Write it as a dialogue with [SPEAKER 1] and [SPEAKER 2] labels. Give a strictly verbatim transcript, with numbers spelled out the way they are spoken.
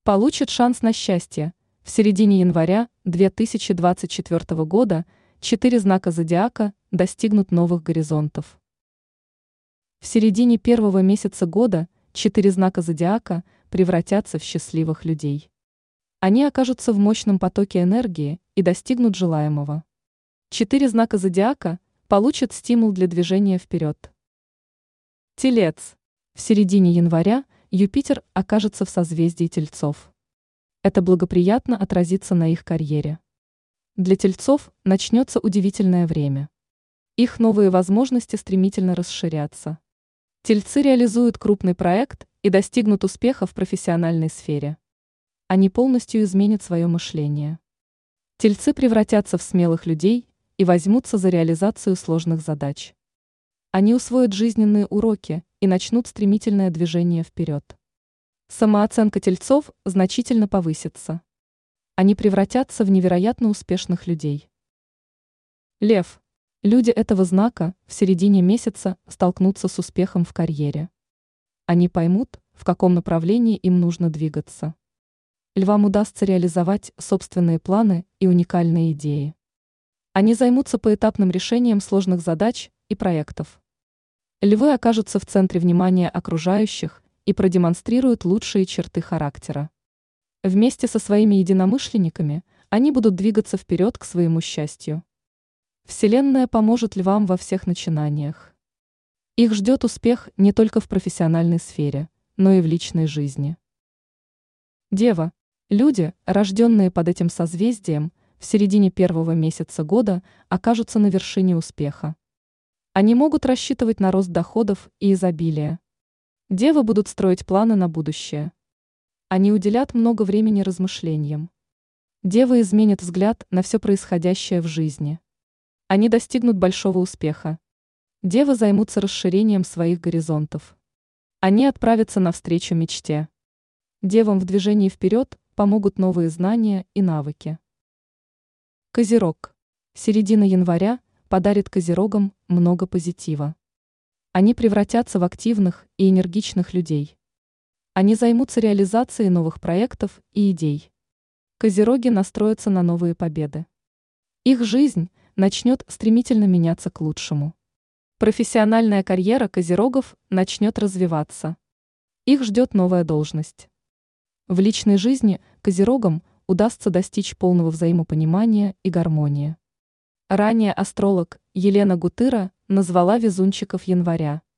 [SPEAKER 1] Получит шанс на счастье. В середине января две тысячи двадцать четвёртого года четыре знака зодиака достигнут новых горизонтов. В середине первого месяца года четыре знака зодиака превратятся в счастливых людей. Они окажутся в мощном потоке энергии и достигнут желаемого. Четыре знака зодиака получат стимул для движения вперед. Телец. В середине января Юпитер окажется в созвездии Тельцов. Это благоприятно отразится на их карьере. Для тельцов начнется удивительное время. Их новые возможности стремительно расширятся. Тельцы реализуют крупный проект и достигнут успеха в профессиональной сфере. Они полностью изменят свое мышление. Тельцы превратятся в смелых людей и возьмутся за реализацию сложных задач. Они усвоят жизненные уроки и начнут стремительное движение вперед. Самооценка тельцов значительно повысится. Они превратятся в невероятно успешных людей. Лев. Люди этого знака в середине месяца столкнутся с успехом в карьере. Они поймут, в каком направлении им нужно двигаться. Львам удастся реализовать собственные планы и уникальные идеи. Они займутся поэтапным решением сложных задач и проектов. Львы окажутся в центре внимания окружающих и продемонстрируют лучшие черты характера. Вместе со своими единомышленниками они будут двигаться вперед к своему счастью. Вселенная поможет львам во всех начинаниях. Их ждет успех не только в профессиональной сфере, но и в личной жизни. Дева. Люди, рожденные под этим созвездием, в середине первого месяца года окажутся на вершине успеха. Они могут рассчитывать на рост доходов и изобилия. Девы будут строить планы на будущее. Они уделят много времени размышлениям. Девы изменят взгляд на все происходящее в жизни. Они достигнут большого успеха. Девы займутся расширением своих горизонтов. Они отправятся навстречу мечте. Девам в движении вперед помогут новые знания и навыки. Козерог. Середина января подарит козерогам много позитива. Они превратятся в активных и энергичных людей. Они займутся реализацией новых проектов и идей. Козероги настроятся на новые победы. Их жизнь начнет стремительно меняться к лучшему. Профессиональная карьера козерогов начнет развиваться. Их ждет новая должность. В личной жизни козерогам удастся достичь полного взаимопонимания и гармонии. Ранее астролог Елена Гутыра назвала везунчиков января.